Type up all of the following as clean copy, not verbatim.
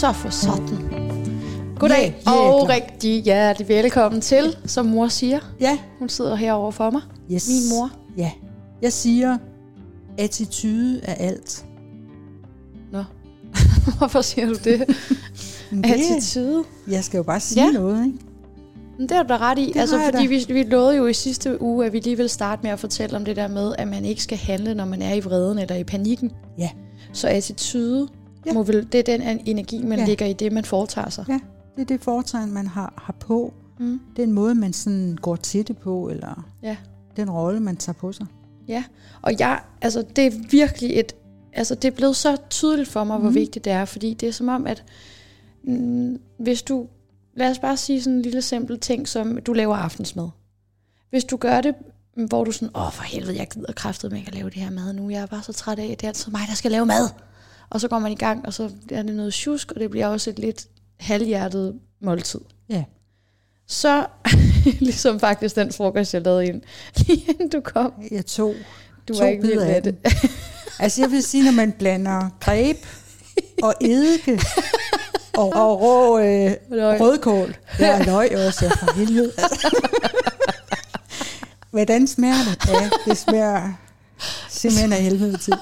Så for sådan. Goddag og rigtig hjertelig velkommen til, som mor siger. Ja. Hun sidder herovre for mig. Yes. Min mor. Ja. Jeg siger, attitude er alt. Nå. Hvorfor siger du det? Attitude? Jeg skal jo bare sige noget, ikke? Men det er du da ret i. Altså, fordi vi lovede jo i sidste uge, at vi lige vil starte med at fortælle om det der med, at man ikke skal handle, når man er i vreden eller i panikken. Ja. Så attitude, det er den energi, man lægger i det, man foretager sig. Ja, det er det foretegn, man har på. Mm. Det er en måde, man sådan går til det på, eller den rolle, man tager på sig. Ja, og det er virkelig det er blevet så tydeligt for mig, hvor vigtigt det er, fordi det er som om, at hvis du, lad os bare sige sådan en lille simpel ting, som du laver aftensmad. Hvis du gør det, hvor du sådan, for helvede, jeg gider kraftedeme ikke at lave det her mad nu, jeg er bare så træt af, at det er altid mig, der skal lave mad. Og så går man i gang, og så er det noget sjusk, og det bliver også et lidt halvhjertet måltid. Ja. Så, ligesom faktisk den frokost, jeg lavede ind, lige inden du kom. Jeg tog du var ikke vild med det. Altså jeg vil sige, når man blander greb og eddike og rå rødkål. Der er løg også, for helvede. Hvordan smager det? Ja, det smager simpelthen af helvede til.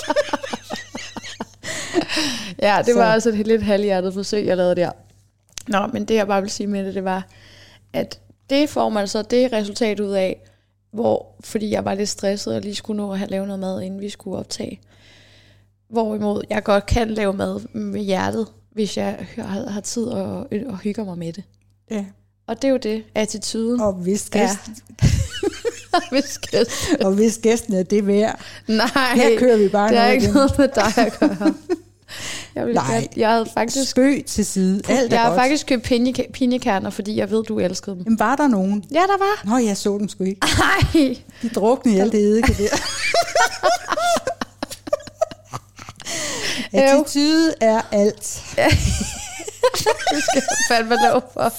Ja, det var altså et lidt halvhjertet forsøg, jeg lavede der. Nå, men det jeg bare vil sige med det var, at det får man så det resultat ud af, fordi jeg var lidt stresset og lige skulle nå at lave noget mad, inden vi skulle optage. Hvorimod jeg godt kan lave mad med hjertet, hvis jeg har tid og hygger mig med det. Ja. Og det er jo det, attituden. Og hvis gæsten er det værd. Nej, her kører vi bare det er ikke noget med dig at gøre. Jeg havde faktisk spøg til side. Jeg har faktisk købt pinjekerner, fordi jeg ved, du elskede dem. Men var der nogen? Ja, der var. Nå, jeg så dem sgu ikke. Nej. De druknede i alt det eddike der. Attitude er alt. Det skal jeg fandme lov for.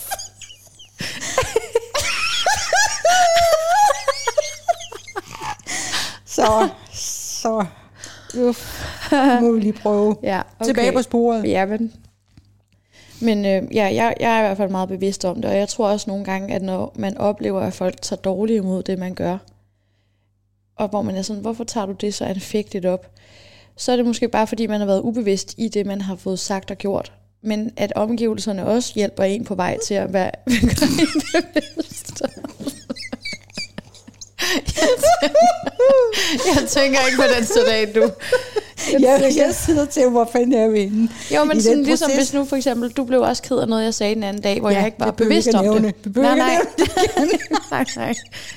Så må vi lige prøve. Ja, okay. Tilbage på sporet. Ja, men jeg er i hvert fald meget bevidst om det, og jeg tror også nogle gange, at når man oplever, at folk tager dårligt imod det, man gør, og hvor man er sådan, hvorfor tager du det så anfægteligt op? Så er det måske bare, fordi man har været ubevidst i det, man har fået sagt og gjort. Men at omgivelserne også hjælper en på vej til at være bevidst. Jeg tænker ikke på den salat, du. Jeg sidder til, hvor fanden er vi inde. Jo, men sådan, ligesom hvis nu for eksempel, du blev også ked af noget, jeg sagde den anden dag, hvor jeg ikke var bevidst om det. Nej.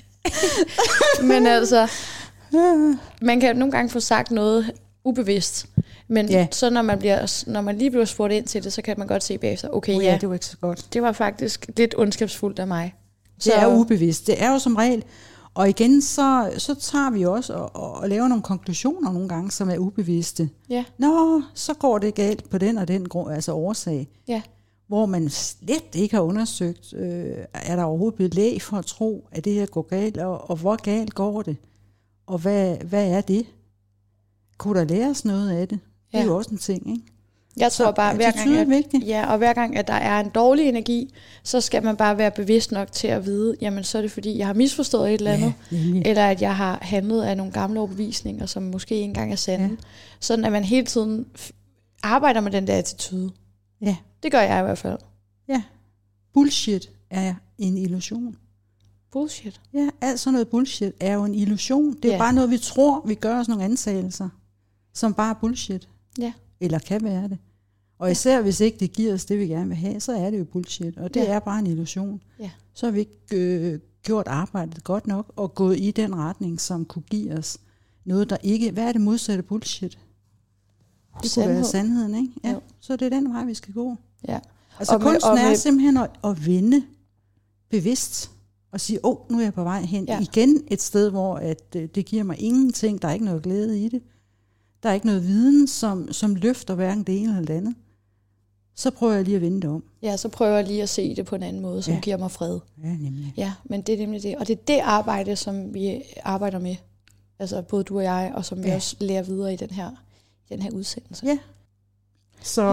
Men altså, man kan nogle gange få sagt noget ubevidst. Men så når man lige bliver spurgt ind til det, så kan man godt se bagefter, okay, det var ikke så godt. Det var faktisk lidt ondskabsfuldt af mig. Det er ubevidst. Det er jo som regel. Og igen, så tager vi også og laver nogle konklusioner nogle gange, som er ubevidste. Ja. Nå, så går det galt på den og den årsag. Ja. Hvor man slet ikke har undersøgt, er der overhovedet belæg for at tro, at det her går galt, og hvor galt går det? Og hvad er det? Kunne der læres noget af det? Det er jo også en ting, ikke? Jeg tror bare, hver gang, at der er en dårlig energi, så skal man bare være bevidst nok til at vide, jamen så er det fordi, jeg har misforstået et eller andet, eller at jeg har handlet af nogle gamle overbevisninger, som måske ikke engang er sande. Ja. Sådan at man hele tiden arbejder med den der attitude. Ja. Det gør jeg i hvert fald. Ja. Bullshit er en illusion. Bullshit? Ja, alt sådan noget bullshit er jo en illusion. Det er bare noget, vi tror, vi gør os nogle antagelser, som bare er bullshit. Ja. Eller kan være det. Og især hvis ikke det giver os det, vi gerne vil have, så er det jo bullshit. Og det er bare en illusion. Ja. Så har vi ikke gjort arbejdet godt nok, og gået i den retning, som kunne give os noget, der ikke... Hvad er det modsatte bullshit? Det kunne være sandheden, ikke? Ja. Så det er den vej, vi skal gå. Ja. Altså kunsten er simpelthen at vende bevidst, og sige, nu er jeg på vej hen igen et sted, hvor det giver mig ingenting, der er ikke noget glæde i det. Der er ikke noget viden, som løfter hverken det ene eller det andet. Så prøver jeg lige at vende det om. Ja, så prøver jeg lige at se det på en anden måde, som giver mig fred. Ja, nemlig. Ja, men det er nemlig det. Og det er det arbejde, som vi arbejder med. Altså både du og jeg, og som vi også lærer videre i den her udsendelse. Ja. Så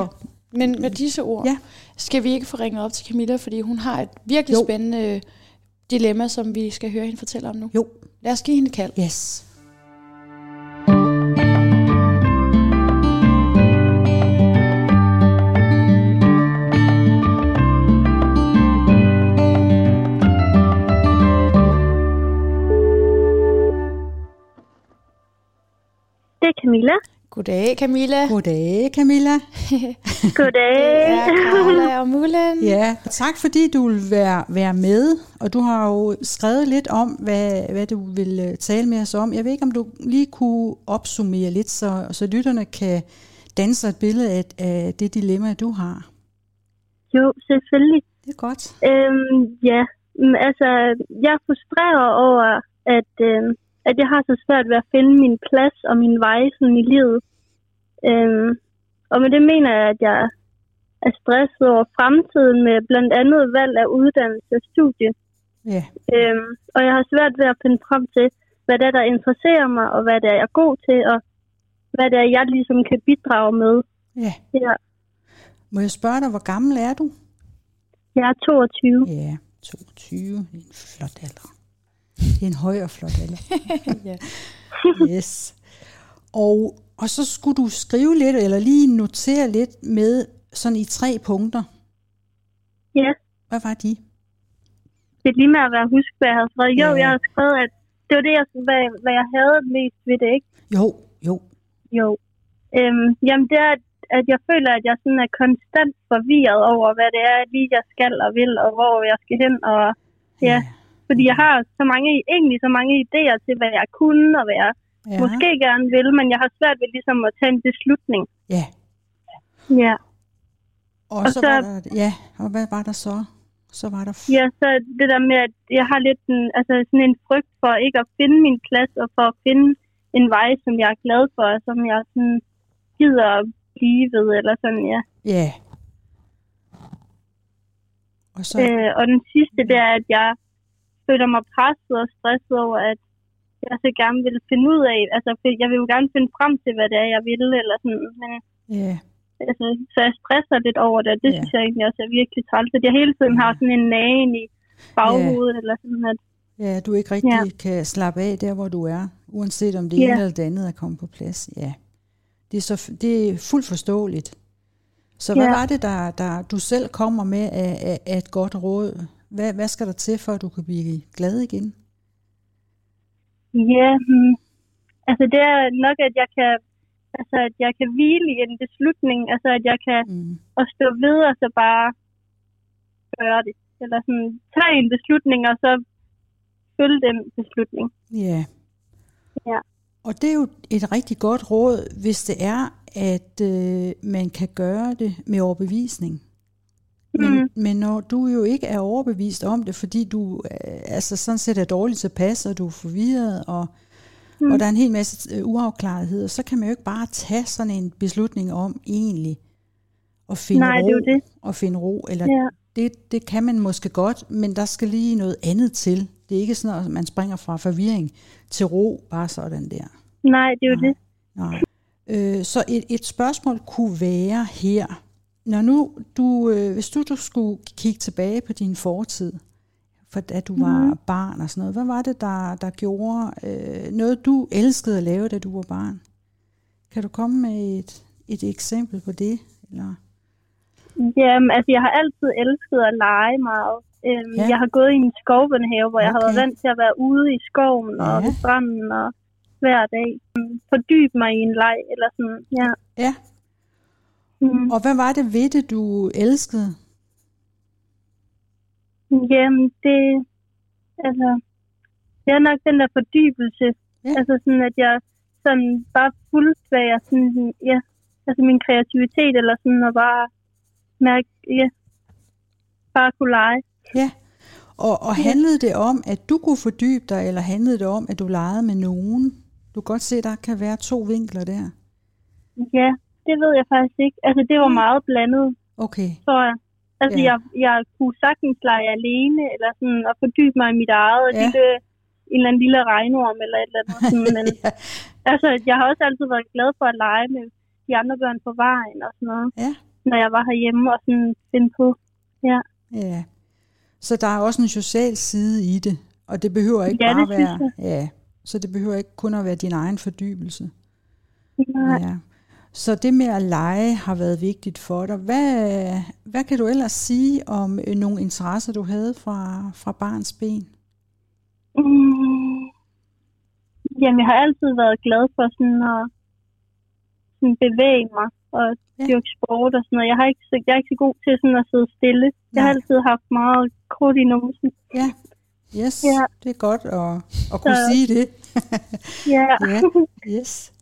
Men med disse ord, skal vi ikke få ringet op til Camilla, fordi hun har et virkelig spændende dilemma, som vi skal høre hende fortælle om nu. Jo. Lad os give hende et kald. Yes. Det er Camilla. Goddag, Camilla. Goddag, Camilla. Goddag. Det er Carla og Mullen. Ja, tak fordi du vil være med, og du har jo skrevet lidt om, hvad du vil tale med os om. Jeg ved ikke, om du lige kunne opsummere lidt, så lytterne kan danse et billede af det dilemma, du har. Jo, selvfølgelig. Det er godt. Ja, altså, jeg er frustreret over, at jeg har så svært ved at finde min plads og min vej sådan i livet. Og med det mener jeg, at jeg er stresset over fremtiden med blandt andet valg af uddannelse og studie. Ja. Og jeg har svært ved at finde frem til, hvad det er, der interesserer mig, og hvad det er, jeg er god til, og hvad det er, jeg ligesom kan bidrage med. Ja. Ja. Må jeg spørge dig, hvor gammel er du? Jeg er 22. Ja, 22. Det er en flot alder. Det er en høj og flot alder. Ja. Yes. Og så skulle du skrive lidt, eller lige notere lidt med, sådan i 3 punkter. Ja. Hvad var de? Det er lige med at huske, hvad jeg havde skrevet. Jo, jeg har skrevet, at det var det, hvad jeg havde mest ved det, ikke? Jo. Jamen, det er, at jeg føler, at jeg sådan er konstant forvirret over, hvad det er, lige jeg skal og vil, og hvor jeg skal hen, og ja. Fordi jeg har egentlig så mange idéer til, hvad jeg kunne, og hvad jeg måske gerne vil, men jeg har svært ved ligesom at tage en beslutning. Ja. Ja. Og så var der, og hvad var der så? Så var der... Ja, så det der med, at jeg har lidt sådan en frygt for ikke at finde min plads, og for at finde en vej, som jeg er glad for, og som jeg sådan gider at blive ved, eller sådan, ja. Ja. Og, så... og den sidste, det er, at jeg føler mig presset og stresset over, at jeg så gerne vil finde ud af, altså jeg vil jo gerne finde frem til, hvad det er, jeg vil, eller sådan, men altså, så jeg stresser lidt over det, og det synes jeg egentlig også er virkelig træls, at jeg hele tiden har sådan en nagen i baghovedet, eller sådan, at du ikke rigtig kan slappe af der, hvor du er, uanset om det ene eller det andet er kommet på plads. Ja, det er fuldt forståeligt. Så hvad var det, der du selv kommer med af et godt råd? Hvad skal der til, for at du kan blive glad igen? Ja, altså det er nok, at jeg kan hvile i en beslutning, altså at jeg kan at stå ved og så bare gøre det. Eller sådan, tage en beslutning, og så følge den beslutning. Ja. Og det er jo et rigtig godt råd, hvis det er, at man kan gøre det med overbevisning. Men når du jo ikke er overbevist om det, fordi du altså sådan set er dårligt tilpas, og du er forvirret, og der er en hel masse uafklaretheder, så kan man jo ikke bare tage sådan en beslutning om egentlig at finde ro. Eller det kan man måske godt, men der skal lige noget andet til. Det er ikke sådan, at man springer fra forvirring til ro, bare sådan der. Nej, det er jo det. Nej. Så et spørgsmål kunne være her. Når nu hvis du skulle kigge tilbage på din fortid, for da du var barn og sådan noget, hvad var det, der gjorde noget, du elskede at lave, da du var barn? Kan du komme med et eksempel på det? Eller? Jamen, altså jeg har altid elsket at lege meget. Jeg har gået i en skovbørnehave, hvor jeg har været vant til at være ude i skoven og ved stranden og hver dag. Fordybe mig i en leg eller sådan, Ja. Og hvad var det ved det, du elskede? Jamen, det er nok den der fordybelse. Altså sådan, at jeg sådan bare fuldt hvad jeg sådan, altså min kreativitet eller sådan, og bare mærke, bare kunne lege. Ja, og handlede det om, at du kunne fordybe dig, eller handlede det om, at du legede med nogen? Du kan godt se, at der kan være 2 vinkler der. Ja, det ved jeg faktisk ikke. Altså, det var meget blandet. Okay. Så altså, jeg kunne sagtens lege alene, eller sådan, og fordybe mig i mit eget, en eller anden lille regnorm, eller et eller andet. Sådan, men altså, jeg har også altid været glad for at lege med de andre børn på vejen, og sådan noget. Ja. når jeg var herhjemme og sådan finde på. Ja. Ja. Så der er også en social side i det, og det behøver ikke bare være, ja, så det behøver ikke kun at være din egen fordybelse. Nej. Ja. Så det med at lege har været vigtigt for dig. Hvad kan du ellers sige om nogle interesser, du havde fra barns ben? Jamen, jeg har altid været glad for sådan at sådan bevæge mig og dyrke sport og sådan noget. Jeg er ikke så god til sådan at sidde stille. Nej. Jeg har altid haft meget krudt i numsen. Ja, yes, ja. Det er godt at kunne sige det. Ja. Ja, yes.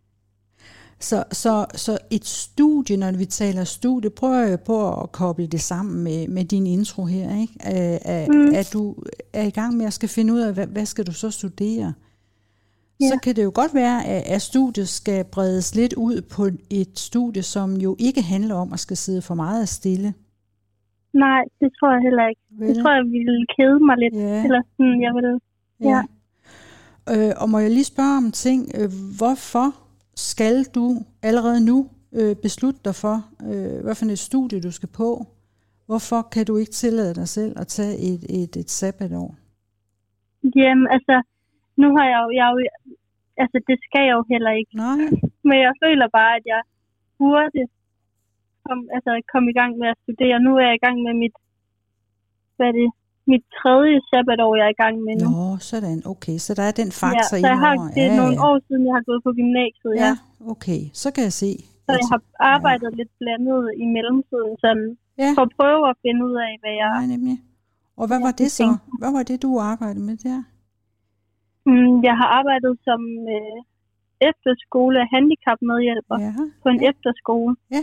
Så et studie, når vi taler studie, prøver jeg på at koble det sammen med din intro her, ikke? At du er i gang med at skal finde ud af, hvad skal du så studere? Ja. Så kan det jo godt være, at studiet skal bredes lidt ud på et studie, som jo ikke handler om at skal sidde for meget stille. Nej, det tror jeg heller ikke. Det tror jeg ville kede mig lidt. Ja. Eller sådan, jeg vil. Ja. Og må jeg lige spørge om ting. Hvorfor skal du allerede nu beslutte dig for, hvad for et studie du skal på? Hvorfor kan du ikke tillade dig selv at tage et sabbatår? Jamen, altså, nu har jeg jo altså, det skal jeg jo heller ikke. Nej. Men jeg føler bare, at jeg burde komme i gang med at studere. Nu er jeg i gang med mit 3. sabbatår, jeg er i gang med nu. Nå, sådan. Okay, så der er den faktor i år. Det er nogle år siden, jeg har gået på gymnasiet. Ja, okay. Så kan jeg se. Så jeg har arbejdet lidt blandet i mellemtiden, sådan, for at prøve at finde ud af, hvad jeg... Ja, nemlig. Og hvad var det så? Hvad var det, du arbejdede med der? Jeg har arbejdet som efterskole handicapmedhjælper på en efterskole. Ja.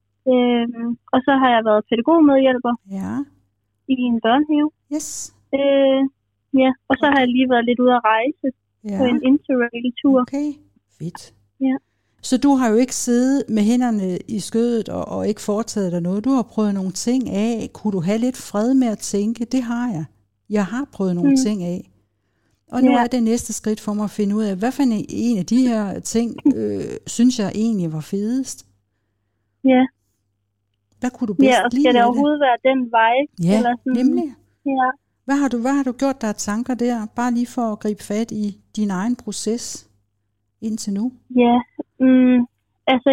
Og så har jeg været pædagogmedhjælper i en børnehave. Yes. Og så har jeg lige været lidt ude at rejse på en interrail-tur. Okay, fedt. Ja. Så du har jo ikke siddet med hænderne i skødet og ikke foretaget dig noget. Du har prøvet nogle ting af. Kunne du have lidt fred med at tænke? Det har jeg. Jeg har prøvet nogle ting af. Og nu er det næste skridt for mig at finde ud af, hvad for en af de her ting, synes jeg egentlig var fedest? Ja. Hvad kunne du bedst lide? Ja, og skal det overhovedet være den vej? Ja, eller sådan? Nemlig. Ja. Hvad har du gjort dig af tanker der? Bare lige for at gribe fat i din egen proces indtil nu. Ja, altså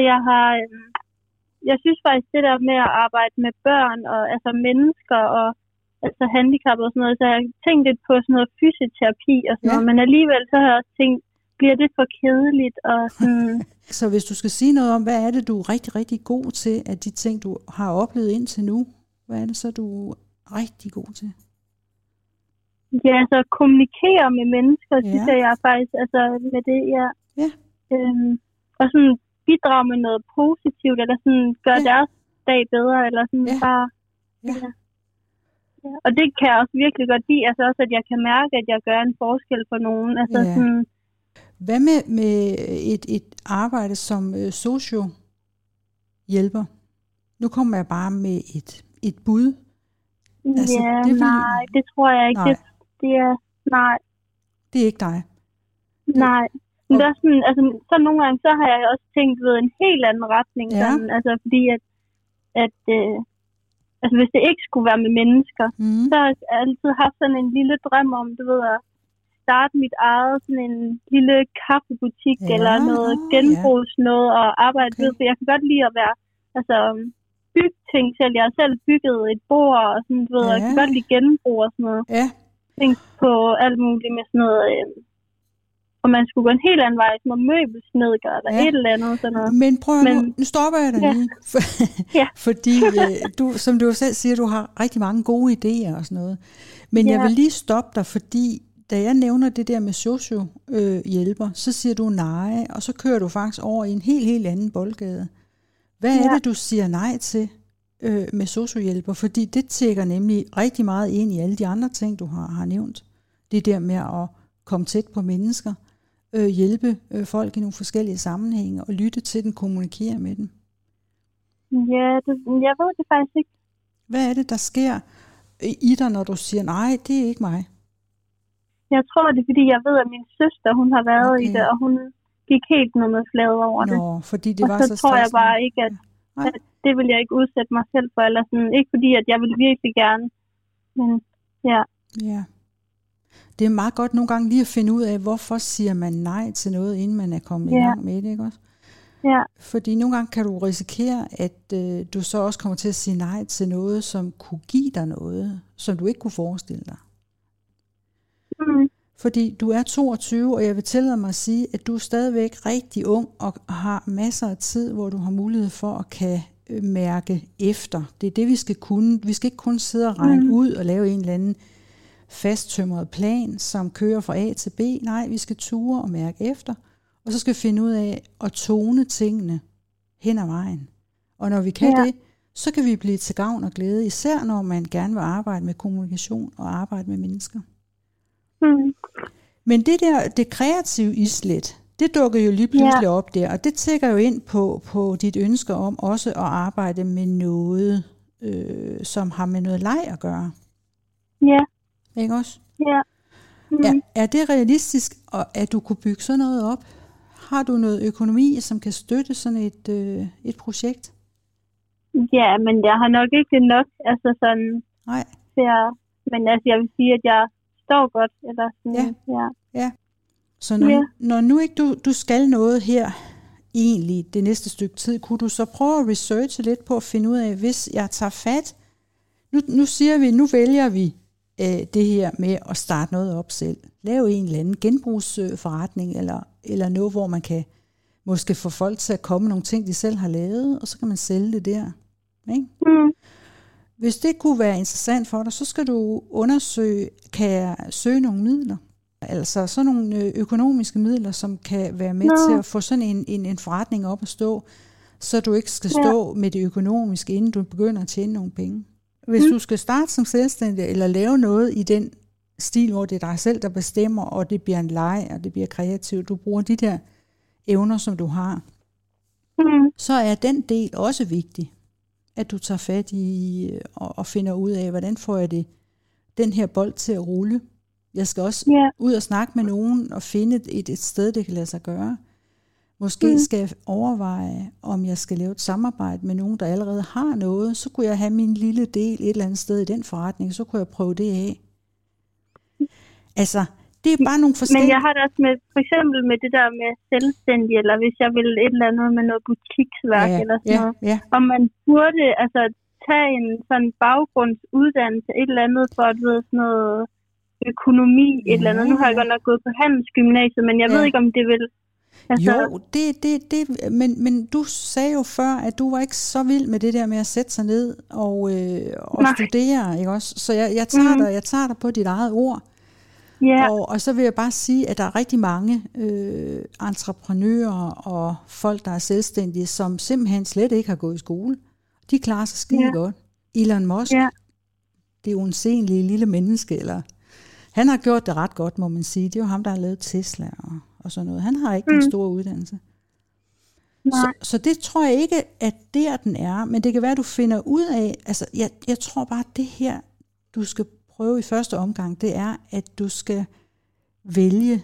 jeg synes faktisk det der med at arbejde med børn og altså mennesker og altså handicap og sådan noget, så jeg har tænkt lidt på sådan noget fysioterapi og sådan noget, men alligevel så har jeg også tænkt, bliver det for kedeligt og sådan. Så hvis du skal sige noget om, hvad er det, du er rigtig, rigtig god til, af de ting, du har oplevet indtil nu, hvad er det så, du er rigtig god til? Ja, altså kommunikere med mennesker, synes jeg faktisk, altså med det, ja. Og sådan bidrage med noget positivt, eller sådan gøre deres dag bedre, eller sådan bare. Ja. Og det kan jeg også virkelig godt lide, altså også, at jeg kan mærke, at jeg gør en forskel for nogen. Altså sådan. Hvad med et arbejde som socio-hjælper? Nu kommer jeg bare med et bud. Altså, det tror jeg ikke. Nej. Det er ikke dig? Nej. Men det er sådan, altså, så nogle gange, så har jeg også tænkt ved en helt anden retning. Sådan, altså, fordi at altså, hvis det ikke skulle være med mennesker, så har jeg altid haft sådan en lille drøm om, du ved, at starte mit eget, sådan en lille kaffebutik, eller noget genbrugsnået, og arbejde ved, for jeg kan godt lide at være, altså, bygge ting selv. Jeg har selv bygget et bord, og sådan, du ved, og jeg kan godt lide genbrug og sådan noget. Ja. Tænk på alt muligt med sådan noget, og man skulle gå en helt anden vej, som møbelsnedgør, eller et eller andet sådan noget. Men prøv at nu stopper jeg dig lige. Fordi du, som du selv siger, du har rigtig mange gode idéer og sådan noget. Men jeg vil lige stoppe dig, fordi da jeg nævner det der med socio-hjælper, så siger du nej, og så kører du faktisk over i en helt anden boldgade. Hvad er det, du siger nej til med socio-hjælper? Fordi det tækker nemlig rigtig meget ind i alle de andre ting, du har nævnt. Det der med at komme tæt på mennesker, hjælpe folk i nogle forskellige sammenhænge, og lytte til dem, kommunikere med dem. Ja, jeg ved det faktisk ikke. Hvad er det, der sker i dig, når du siger, nej, det er ikke mig? Jeg tror, det er, fordi jeg ved, at min søster, hun har været i det, og hun gik helt nummerflade over det. Fordi det var så tror jeg bare ikke, at Det vil jeg ikke udsætte mig selv for, eller sådan, ikke fordi, at jeg vil virkelig gerne, men ja. Ja. Det er meget godt nogle gange lige at finde ud af, hvorfor siger man nej til noget, inden man er kommet i gang med det, ikke også? Ja. Fordi nogle gange kan du risikere, at du så også kommer til at sige nej til noget, som kunne give dig noget, som du ikke kunne forestille dig. Fordi du er 22, og jeg vil tillade mig at sige, at du er stadigvæk rigtig ung, og har masser af tid, hvor du har mulighed for at kan mærke efter. Det er det, vi skal kunne. Vi skal ikke kun sidde og regne ud og lave en eller anden fasttømret plan, som kører fra A til B. Nej, vi skal ture og mærke efter, og så skal vi finde ud af at tone tingene hen ad vejen. Og når vi kan det, så kan vi blive til gavn og glæde, især når man gerne vil arbejde med kommunikation og arbejde med mennesker. Men det kreative islet, det dukker jo lige pludselig op der, og det tækker jo ind på dit ønske om også at arbejde med noget, som har med noget leg at gøre. Ja. Ikke også? Ja. Er det realistisk, at du kunne bygge sådan noget op? Har du noget økonomi, som kan støtte sådan et projekt? Ja, men jeg har nok ikke nok, altså sådan. Nej. Men altså, jeg vil sige, at jeg står godt, eller sådan. Ja. Så når nu ikke du skal noget her, egentlig det næste stykke tid, kunne du så prøve at researche lidt på at finde ud af, hvis jeg tager fat, nu siger vi, nu vælger vi det her med at starte noget op selv. Lave en eller anden genbrugsforretning, eller noget, hvor man kan måske få folk til at komme med nogle ting, de selv har lavet, og så kan man sælge det der. Ikke? Hvis det kunne være interessant for dig, så skal du undersøge, kan jeg søge nogle midler? Altså sådan nogle økonomiske midler, som kan være med til at få sådan en forretning op at stå, så du ikke skal stå med det økonomiske, inden du begynder at tjene nogle penge. Hvis du skal starte som selvstændig, eller lave noget i den stil, hvor det er dig selv, der bestemmer, og det bliver en leg, og det bliver kreativt, du bruger de der evner, som du har, så er den del også vigtig, at du tager fat i og finder ud af, hvordan får jeg den her bold til at rulle. Jeg skal også ud og snakke med nogen og finde et sted, det kan lade sig gøre. Måske skal jeg overveje, om jeg skal lave et samarbejde med nogen, der allerede har noget. Så kunne jeg have min lille del et eller andet sted i den forretning, så kunne jeg prøve det af. Altså, det er bare nogle forskellige. Men jeg har det også med, for eksempel med det der med selvstændig, eller hvis jeg vil et eller andet med noget butiksværk eller sådan noget. Ja. Og man burde altså tage en sådan baggrundsuddannelse, et eller andet for at vide sådan noget økonomi, et eller andet. Nu har jeg godt nok gået på handelsgymnasiet, men jeg ved ikke, om det vil. Altså, jo, men du sagde jo før, at du var ikke så vild med det der med at sætte sig ned og studere, ikke også? Så jeg tager dig på dit eget ord. Yeah. Og så vil jeg bare sige, at der er rigtig mange entreprenører og folk, der er selvstændige, som simpelthen slet ikke har gået i skole. De klarer sig skide godt. Elon Musk, det er jo en senlig lille menneske, han har gjort det ret godt, må man sige. Det er jo ham, der har lavet Tesla og sådan noget. Han har ikke en stor uddannelse. Så det tror jeg ikke, at den er. Men det kan være, at du finder ud af, altså jeg tror bare, at det her, du skal prøve i første omgang, det er, at du skal vælge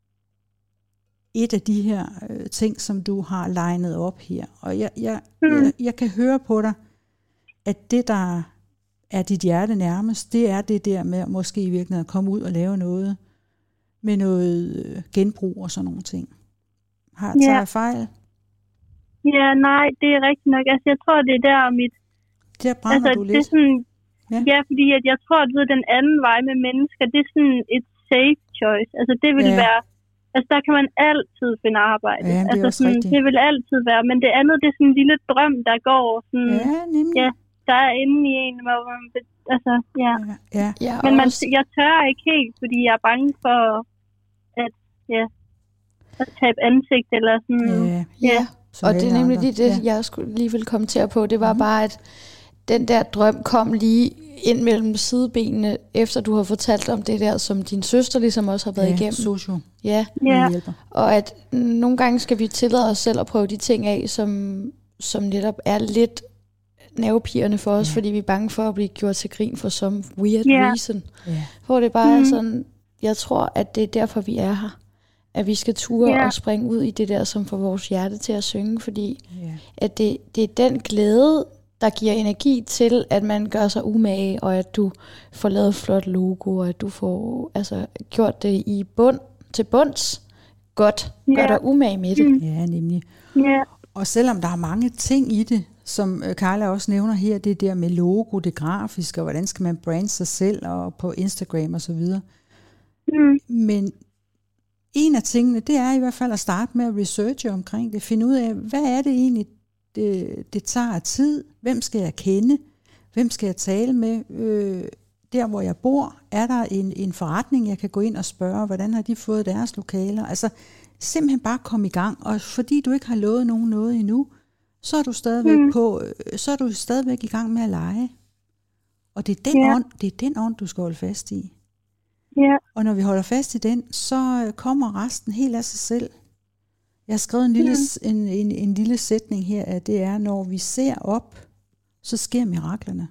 et af de her ting, som du har legnet op her. Og jeg kan høre på dig, at det, der er dit hjerte nærmest, det er det der med måske i virkeligheden at komme ud og lave noget med noget genbrug og sådan nogle ting. Tager jeg fejl? Ja, nej, det er rigtigt nok. Altså, jeg tror, det er der mit... Der brænder du lidt. Det er sådan, fordi at jeg tror, at den anden vej med mennesker, det er sådan et safe choice. Altså, det vil være... Altså, der kan man altid finde arbejde. Ja, det er også rigtigt. Det vil altid være. Men det andet, det er sådan en lille drøm, der går sådan... Ja, nemlig. Ja, der er inde i en, hvor man... Altså, men jeg tør ikke helt, fordi jeg er bange for at tabe ansigt eller sådan. Ja. Og det er nemlig det, jeg skulle lige ville kommentere på. Det var bare, at den der drøm kom lige ind mellem sidebenene, efter du har fortalt om det der, som din søster ligesom også har været igennem. Socio. Ja. Og at nogle gange skal vi tillade os selv at prøve de ting af, som netop er lidt nervepirrende for os, fordi vi er bange for at blive gjort til grin for some weird reason. Hvor det bare er sådan, jeg tror, at det er derfor, vi er her. At vi skal ture og springe ud i det der, som får vores hjerte til at synge, fordi at det er den glæde, der giver energi til, at man gør sig umage, og at du får lavet et flot logo, og at du får gjort det i til bunds godt. Gør dig umage med det. Ja, nemlig. Og selvom der er mange ting i det, som Carla også nævner her, det der med logo, det grafiske, og hvordan skal man brande sig selv, og på Instagram og så videre. Men en af tingene, det er i hvert fald at starte med at researche omkring det. Finde ud af, hvad er det egentlig, det tager tid? Hvem skal jeg kende? Hvem skal jeg tale med? Der, hvor jeg bor, er der en forretning, jeg kan gå ind og spørge, hvordan har de fået deres lokaler? Altså, simpelthen bare komme i gang. Og fordi du ikke har lovet nogen noget endnu, så er du stadigvæk i gang med at lege. Og det er den ånd, du skal holde fast i. Ja. Og når vi holder fast i den, så kommer resten helt af sig selv. Jeg har skrevet en lille sætning her, at det er, når vi ser op, så sker miraklerne.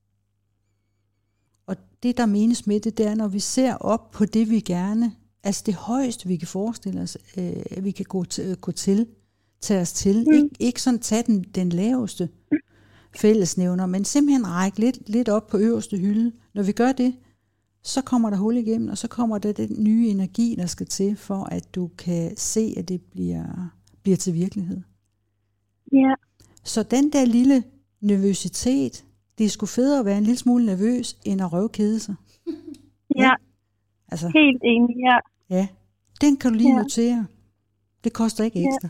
Og det, der menes med det, det er, når vi ser op på det, vi gerne, altså det højeste, vi kan forestille os, at vi kan tage os til. Ikke sådan tage den laveste fællesnævner, men simpelthen række lidt op på øverste hylde. Når vi gør det, så kommer der hul igennem, og så kommer der den nye energi, der skal til, for at du kan se, at det bliver til virkelighed. Ja. Så den der lille nervøsitet, det er sgu federe at være en lille smule nervøs, end at røvkede sig. Ja, altså, helt enig, ja. Ja, den kan du lige notere. Det koster ikke ekstra.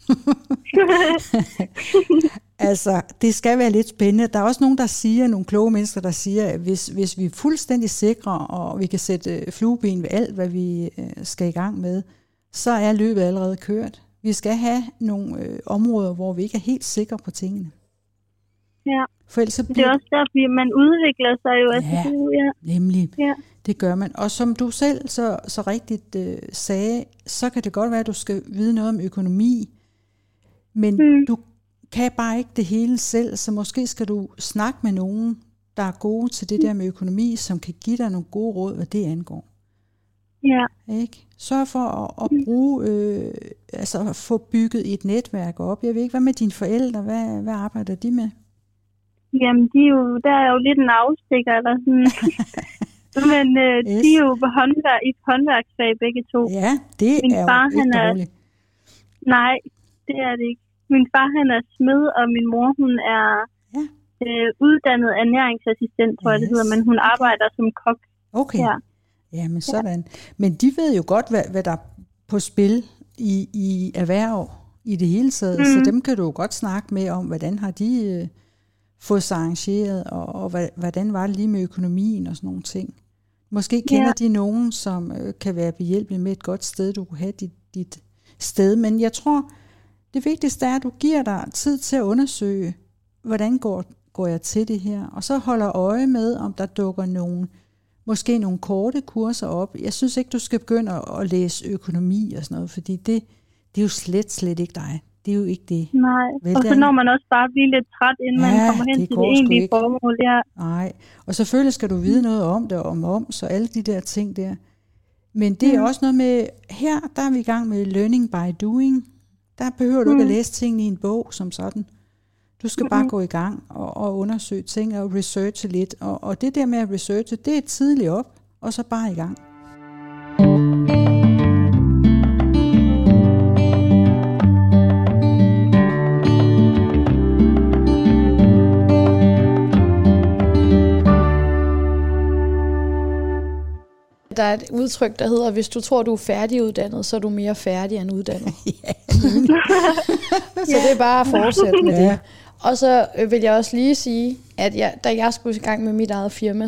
Altså, det skal være lidt spændende. Der er også nogen, der siger, nogle kloge mennesker, der siger, at hvis vi er fuldstændig sikre, og vi kan sætte flueben ved alt, hvad vi skal i gang med, så er løbet allerede kørt. Vi skal have nogle områder, hvor vi ikke er helt sikre på tingene. Ja, for ellers det er også derfor, man udvikler sig jo. Nemlig. Ja. Det gør man. Og som du selv så rigtigt sagde, så kan det godt være, at du skal vide noget om økonomi, men du kan bare ikke det hele selv, så måske skal du snakke med nogen, der er gode til det der med økonomi, som kan give dig nogle gode råd, hvad det angår. Ja. Ikke? Sørg for at bruge, at få bygget et netværk op. Jeg ved ikke, hvad med dine forældre? Hvad arbejder de med? Jamen, der er jo lidt en afstikker, eller sådan. Men de er jo på i et håndværksfag begge to. Ja, det min er far, jo ikke dårligt. Nej, det er det ikke. Min far, han er smed, og min mor, hun er uddannet ernæringsassistent, tror jeg det hedder, men hun arbejder som kok. Okay. Ja. Jamen sådan. Men de ved jo godt, hvad der er på spil i erhverv i det hele taget, så dem kan du jo godt snakke med om, hvordan har de fået sig arrangeret, og hvordan var det lige med økonomien og sådan nogle ting. Måske kender de nogen, som kan være behjælpelige med et godt sted, du kunne have dit sted, men jeg tror, det vigtigste er, at du giver dig tid til at undersøge, hvordan går jeg til det her, og så holder øje med, om der dukker måske nogle korte kurser op. Jeg synes ikke, du skal begynde at læse økonomi og sådan noget, fordi det er jo slet ikke dig. Det er jo ikke det. Nej, og så når man også bare blive lidt træt, inden man kommer hen til det egentlige formål. Ja. Nej, og selvfølgelig skal du vide noget om det, og moms og alle de der ting der. Men det er også noget med, her der er vi i gang med learning by doing. Der behøver du ikke at læse tingene i en bog som sådan. Du skal bare gå i gang og undersøge ting og researche lidt. Og det der med at researche, det er tidligt op, og så bare i gang. Der er et udtryk, der hedder, hvis du tror, du er færdiguddannet, så er du mere færdig end uddannet. Så det er bare at fortsætte med det. Og så vil jeg også lige sige, at da jeg skulle i gang med mit eget firma,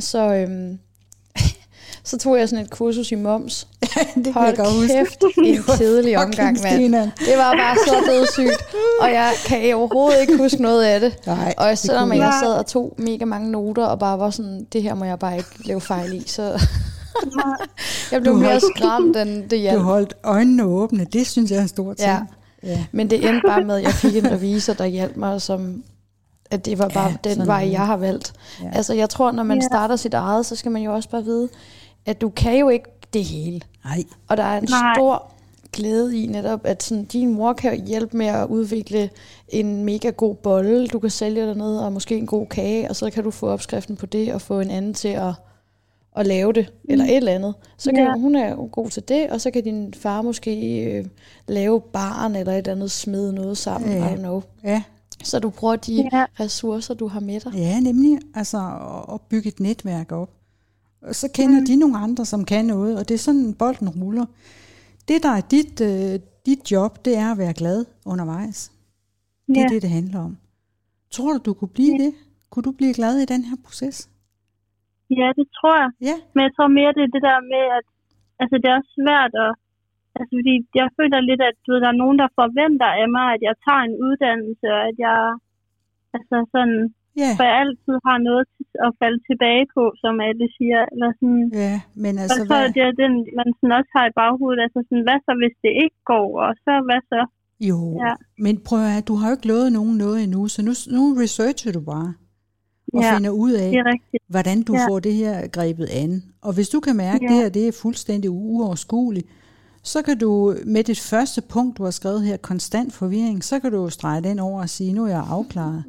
så tog jeg sådan et kursus i moms. Det hold kæft, en kedelig omgang, mand. Det var bare så dødssygt, og jeg kan overhovedet ikke huske noget af det. Nej, og selvom jeg sad og tog mega mange noter, og bare var sådan, det her må jeg bare ikke lave fejl i, så jeg blev mere skræmt, end det hjalp. Du holdt øjnene åbne, det synes jeg er en stor ting. Ja. Men det endte bare med, at jeg fik en revisor, der hjalp mig, som at det var bare den vej, jeg har valgt. Ja. Altså, jeg tror, når man starter sit eget, så skal man jo også bare vide, at du kan jo ikke det hele. Nej. Og der er en stor glæde i netop, at sådan, din mor kan hjælpe med at udvikle en mega god bolle, du kan sælge dernede, og måske en god kage, og så kan du få opskriften på det, og få en anden til at lave det, eller et eller andet. Så kan hun er jo god til det, og så kan din far måske lave barn, eller et eller andet, smide noget sammen, I don't know. Ja. Så du bruger de ressourcer, du har med dig. Ja, nemlig. Altså at bygge et netværk op. Og så kender de nogle andre, som kan noget, og det er sådan, bolden ruller. Det, der er dit job, det er at være glad undervejs. Det er det handler om. Tror du kunne blive det? Kunne du blive glad i den her proces? Ja, det tror jeg. Ja. Men jeg tror mere, det er det der med, at altså, det er også svært at... Altså, fordi jeg føler lidt, at der er nogen, der forventer af mig, at jeg tager en uddannelse, og at jeg... Altså sådan... For jeg altid har noget at falde tilbage på, som alle siger. Eller sådan. Ja, men altså... Og så er det den, man sådan også har i baghovedet. Altså sådan, hvad så, hvis det ikke går? Og så, hvad så? Jo, men prøv at høre, du har jo ikke lovet nogen noget endnu, så nu researcher du bare. Og finder ud af, hvordan du får det her grebet an. Og hvis du kan mærke, at det her det er fuldstændig uoverskueligt, så kan du med det første punkt, du har skrevet her, konstant forvirring, så kan du strege den over og sige, nu er jeg afklaret.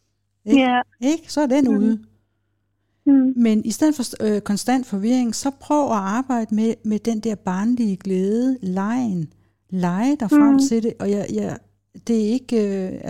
Ikke? Så er den ude. Men i stedet for konstant forvirring, så prøv at arbejde med den der barnlige glæde, legen. Lege dig frem til det. Og det er ikke,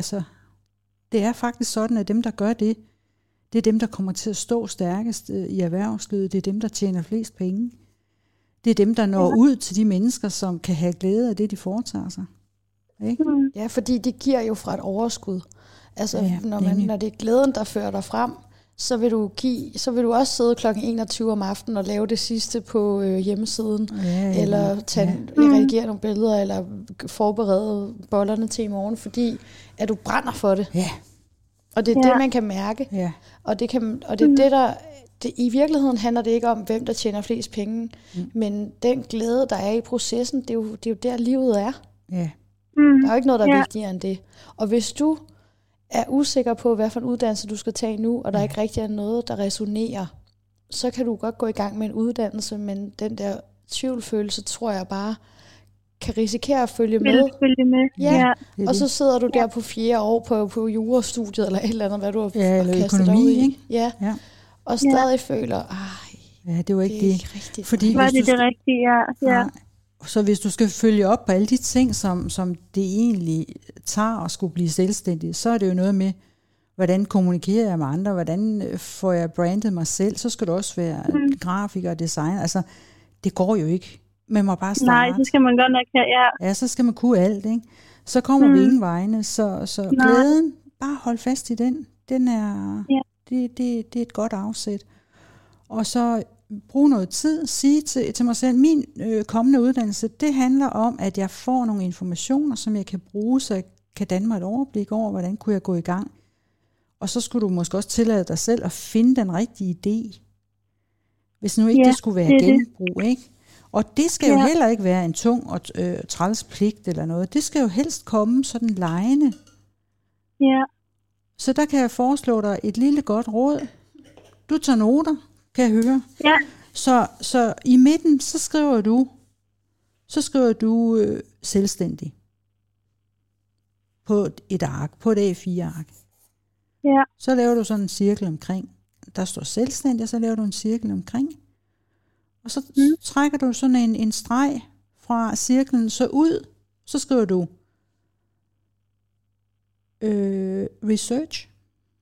det er faktisk sådan, at dem, der gør det, det er dem, der kommer til at stå stærkest i erhvervslivet. Det er dem, der tjener flest penge. Det er dem, der når ud til de mennesker, som kan have glæde af det, de foretager sig. Ikke? Ja, fordi det giver jo fra et overskud. Altså, når det er glæden, der fører dig frem, så vil du også sidde klokken 21 om aftenen og lave det sidste på hjemmesiden, eller redigere nogle billeder, eller forberede bollerne til i morgen, fordi at du brænder for det. Ja. Og det er det, man kan mærke. Ja. Og det er det, der... I virkeligheden handler det ikke om, hvem der tjener flest penge, men den glæde, der er i processen, det er jo der, livet er. Ja. Der er jo ikke noget, der er vigtigere end det. Og hvis du er usikker på, hvad for en uddannelse du skal tage nu, og der ikke rigtig er noget, der resonerer, så kan du godt gå i gang med en uddannelse, men den der tvivlfølelse, tror jeg bare, kan risikere at følge med. Ja. Og så sidder du der på 4. år på jurastudiet, eller et eller andet, hvad du har kastet dig ud i. Ja. Og stadig føler, det var ikke det. Rigtigt. Fordi var det rigtige, ja. Så hvis du skal følge op på alle de ting, som det egentlig tager at skulle blive selvstændig, så er det jo noget med, hvordan kommunikerer jeg med andre, hvordan får jeg brandet mig selv, så skal du også være grafiker og designer. Altså, det går jo ikke. Man må bare starte. Nej, det skal man godt nok have, Ja, så skal man kunne alt, ikke? Så kommer vi ingen vegne, så glæden, bare hold fast i den. Den er, det er et godt afsæt. Og så brug noget tid, sige til mig selv, min kommende uddannelse, det handler om, at jeg får nogle informationer, som jeg kan bruge, så jeg kan danne mig et overblik over, hvordan kunne jeg gå i gang. Og så skulle du måske også tillade dig selv at finde den rigtige idé. Hvis nu ikke det skulle være genbrug, ikke? Og det skal jo heller ikke være en tung og træls pligt eller noget. Det skal jo helst komme sådan legende. Ja. Så der kan jeg foreslå dig et lille godt råd. Du tager noter, kan jeg høre. Ja. Så i midten, så skriver du selvstændig. På et ark, på et A4-ark. Ja. Så laver du sådan en cirkel omkring. Der står selvstændig, og så laver du en cirkel omkring. Og så trækker du sådan en streg fra cirklen så ud. Så skriver du research.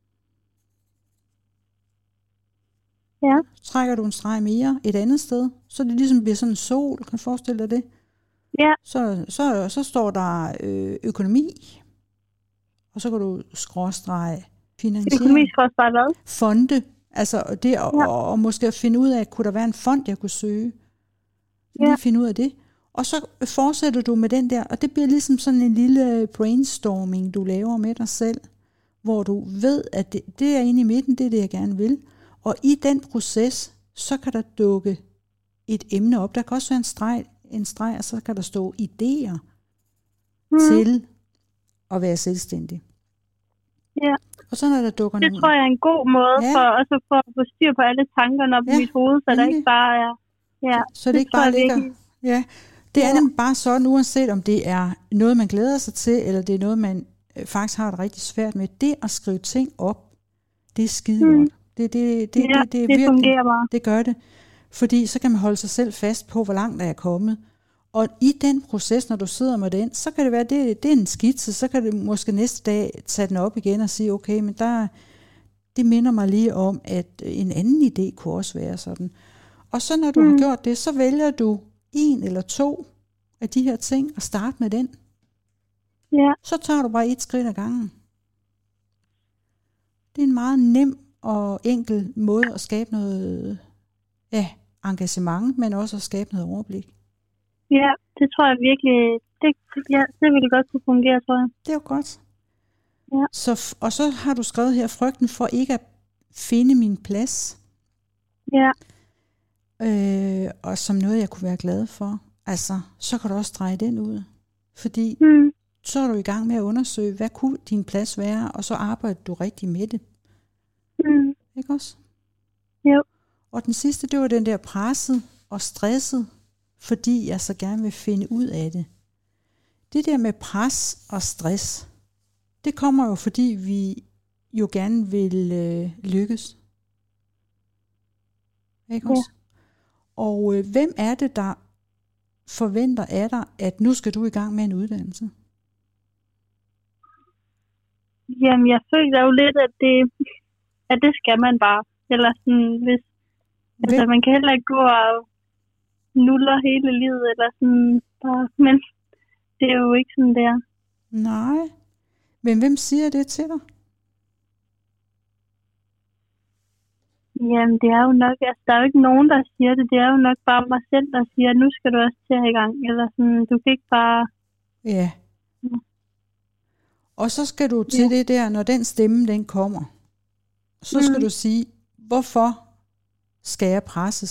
Ja. Trækker du en streg mere et andet sted, så det ligesom bliver sådan en sol. Kan du forestille dig det? Ja. Så står der økonomi. Og så kan du skråstrege finansiering. Økonomi skråstrege hvad? Fonde. Altså det og måske at finde ud af, kunne der være en fond, jeg kunne søge? Lige finde ud af det. Og så fortsætter du med den der, og det bliver ligesom sådan en lille brainstorming, du laver med dig selv, hvor du ved, at det er inde i midten, det er det, jeg gerne vil. Og i den proces, så kan der dukke et emne op. Der kan også være en streg, og så kan der stå idéer til at være selvstændig. Ja. Og så når der dukker det tror jeg er en god måde for at få styr på alle tankerne op i mit hoved, så der ikke bare er... Ja, så det ikke bare ligger... Ja, Det er nemlig bare sådan, uanset om det er noget, man glæder sig til, eller det er noget, man faktisk har det rigtig svært med. Det at skrive ting op, det er skide godt. Det virkelig, fungerer bare. Det gør det. Fordi så kan man holde sig selv fast på, hvor langt der er kommet. Og i den proces, når du sidder med den, så kan det være, det er en skitse, så kan det måske næste dag tage den op igen og sige, okay, men det minder mig lige om, at en anden idé kunne også være sådan. Og så når du har gjort det, så vælger du 1 eller 2 af de her ting og starte med den. Ja. Så tager du bare 1 skridt ad gangen. Det er en meget nem og enkel måde at skabe noget engagement, men også at skabe noget overblik. Ja, det tror jeg virkelig, det ville godt kunne fungere, tror jeg. Det er jo godt. Ja. Og så har du skrevet her, frygten for ikke at finde min plads. Ja. Og som noget, jeg kunne være glad for. Altså, så kan du også dreje den ud. Fordi så er du i gang med at undersøge, hvad kunne din plads være, og så arbejder du rigtig med det. Ikke også? Jo. Og den sidste, det var den der presset og stresset, fordi jeg så gerne vil finde ud af det. Det der med pres og stress, det kommer jo, fordi vi jo gerne vil lykkes. Ikke også? Og hvem er det, der forventer af dig, at nu skal du i gang med en uddannelse? Jamen, jeg føler jo lidt, at det skal man bare. Eller sådan, hvis... Altså, man kan heller ikke gå og nuller hele livet, eller sådan bare... Men det er jo ikke sådan, det er. Nej. Men hvem siger det til dig? Jamen, det er jo nok... Altså, der er jo ikke nogen, der siger det. Det er jo nok bare mig selv, der siger, nu skal du også til at i gang. Eller sådan, du kan ikke bare... Ja. Og så skal du til det der, når den stemme, den kommer. Så skal du sige, hvorfor skal jeg presses?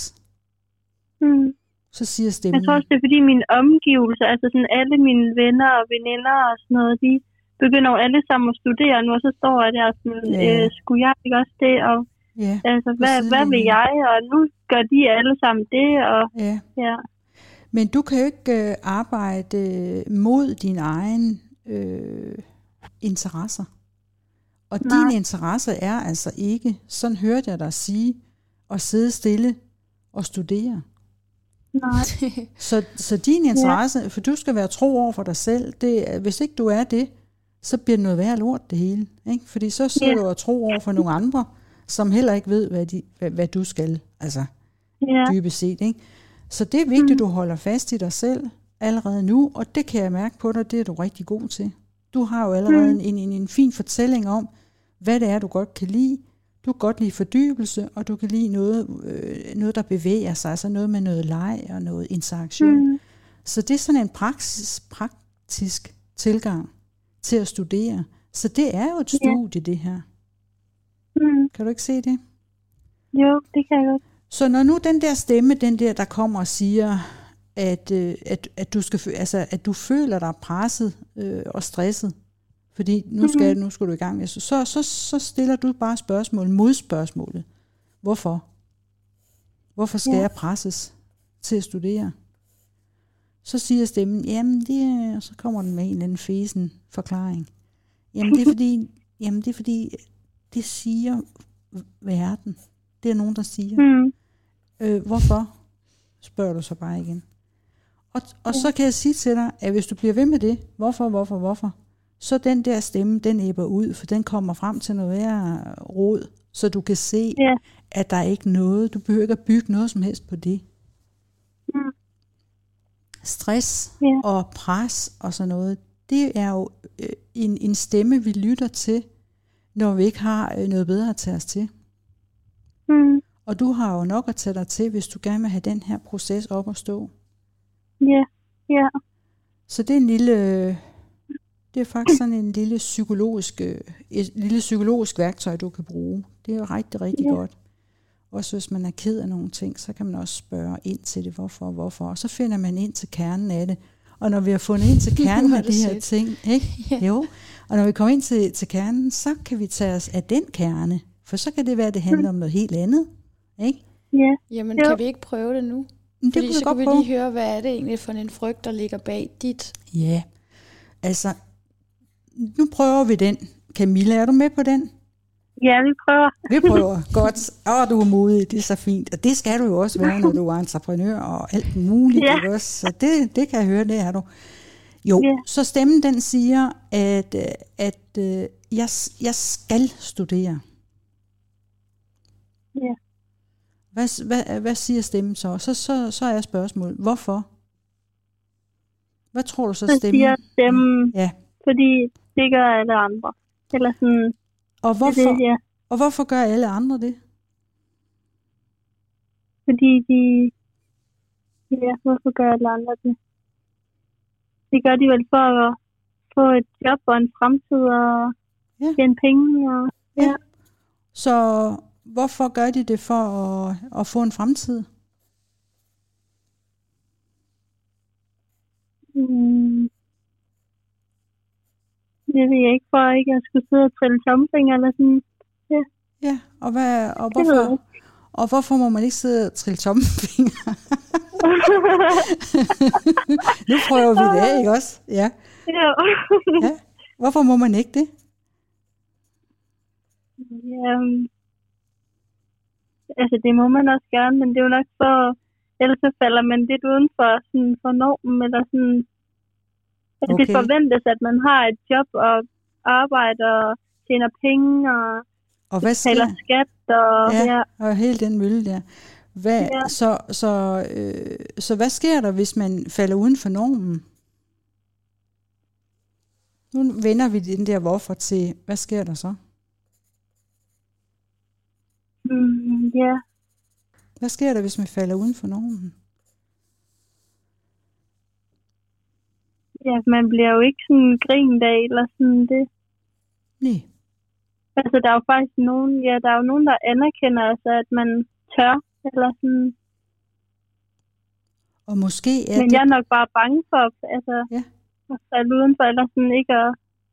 Så siger stemmen. Jeg tror også, det er fordi mine omgivelser, altså sådan alle mine venner og veninder og sådan noget, de begynder jo alle sammen at studere nu, og så står jeg der sådan, skulle jeg ikke også det? Og altså, hvad vil jeg? Og nu gør de alle sammen det. Og, ja. Men du kan jo ikke arbejde mod din egen interesser. Og din interesse er altså ikke, sådan hørte jeg dig sige, at sidde stille og studere. Nej. Så din interesse, for du skal være tro over for dig selv, hvis ikke du er det, så bliver det noget værre lort det hele. Ikke? Fordi så sidder du og tro over for nogle andre, som heller ikke ved, hvad du skal. Altså dybest set. Ikke? Så det er vigtigt, at du holder fast i dig selv allerede nu, og det kan jeg mærke på dig, det er du rigtig god til. Du har jo allerede en fin fortælling om, hvad det er, du godt kan lide. Du kan godt lide fordybelse, og du kan lide noget der bevæger sig, altså noget med noget leg og noget interaktion. Så det er sådan en praktisk tilgang til at studere. Så det er jo et studie, det her. Kan du ikke se det? Jo, det kan jeg godt. Så når nu den der stemme, der kommer og siger, at du føler dig presset og stresset, fordi nu skal du i gang med, så stiller du bare modspørgsmålet. Hvorfor? Hvorfor skal jeg presses til at studere? Så siger stemmen, og så kommer den med en eller anden fesen forklaring. Det er fordi, det siger verden. Det er nogen, der siger. Hvorfor? Spørger du så bare igen. Og så kan jeg sige til dig, at hvis du bliver ved med det, hvorfor, så den der stemme, den æbber ud, for den kommer frem til noget værre rod, så du kan se, at der er ikke noget, du behøver ikke at bygge noget som helst på det. Stress og pres og sådan noget, det er jo en stemme, vi lytter til, når vi ikke har noget bedre at tage os til. Og du har jo nok at tage dig til, hvis du gerne vil have den her proces op at stå. Ja. Så det er det er faktisk sådan en lille psykologisk værktøj, du kan bruge. Det er jo rigtig, rigtig godt. Også hvis man er ked af nogle ting, så kan man også spørge ind til det, hvorfor. Og så finder man ind til kernen af det. Og når vi har fundet ind til kernen af de her ting, ikke? Jo. Og når vi kommer ind til kernen, så kan vi tage os af den kerne. For så kan det være, at det handler om noget helt andet. Ikke? Jamen, kan vi ikke prøve det nu? Fordi så kan vi lige høre, hvad er det egentlig for en frygt, der ligger bag dit? Ja, altså, nu prøver vi den. Camilla, er du med på den? Ja, vi prøver. Vi prøver, godt. Du er modig, det er så fint. Og det skal du jo også være, når du er entreprenør og alt muligt. Ja. Også. Så det kan jeg høre, det er du. Jo, så stemmen den siger, at jeg skal studere. Ja. Hvad siger stemmen så? Så er spørgsmålet, hvorfor? Hvad tror du så stemmen? Så siger stemmen, fordi det gør alle andre. Eller sådan, og hvorfor gør alle andre det? Fordi hvorfor gør alle andre det? Det gør de vel for at få et job og en fremtid og tjene penge. Og, Så hvorfor gør de det for at få en fremtid? Det ved jeg ikke, for ikke at skulle sidde og trille tommelfingre eller sådan. Ja, og hvorfor må man ikke sidde og trille tommelfingre? Nu prøver vi det af, ikke også? Ja. Hvorfor må man ikke det? Altså det må man også gerne, men det er jo nok for, ellers så falder man lidt uden for normen, eller sådan. Altså det forventes, at man har et job og arbejder og tjener penge og betaler skat. Og hele den mølle der. Så hvad sker der, hvis man falder uden for normen? Nu vender vi den der hvorfor til, hvad sker der så? Hvad sker der, hvis man falder uden for normen? Ja, man bliver jo ikke sådan grint af, eller sådan det. Nej. Altså, der er jo faktisk nogen, der anerkender, altså, at man tør, eller sådan. Og måske er men jeg er nok bare bange for, altså, at falde udenfor, eller sådan ikke at,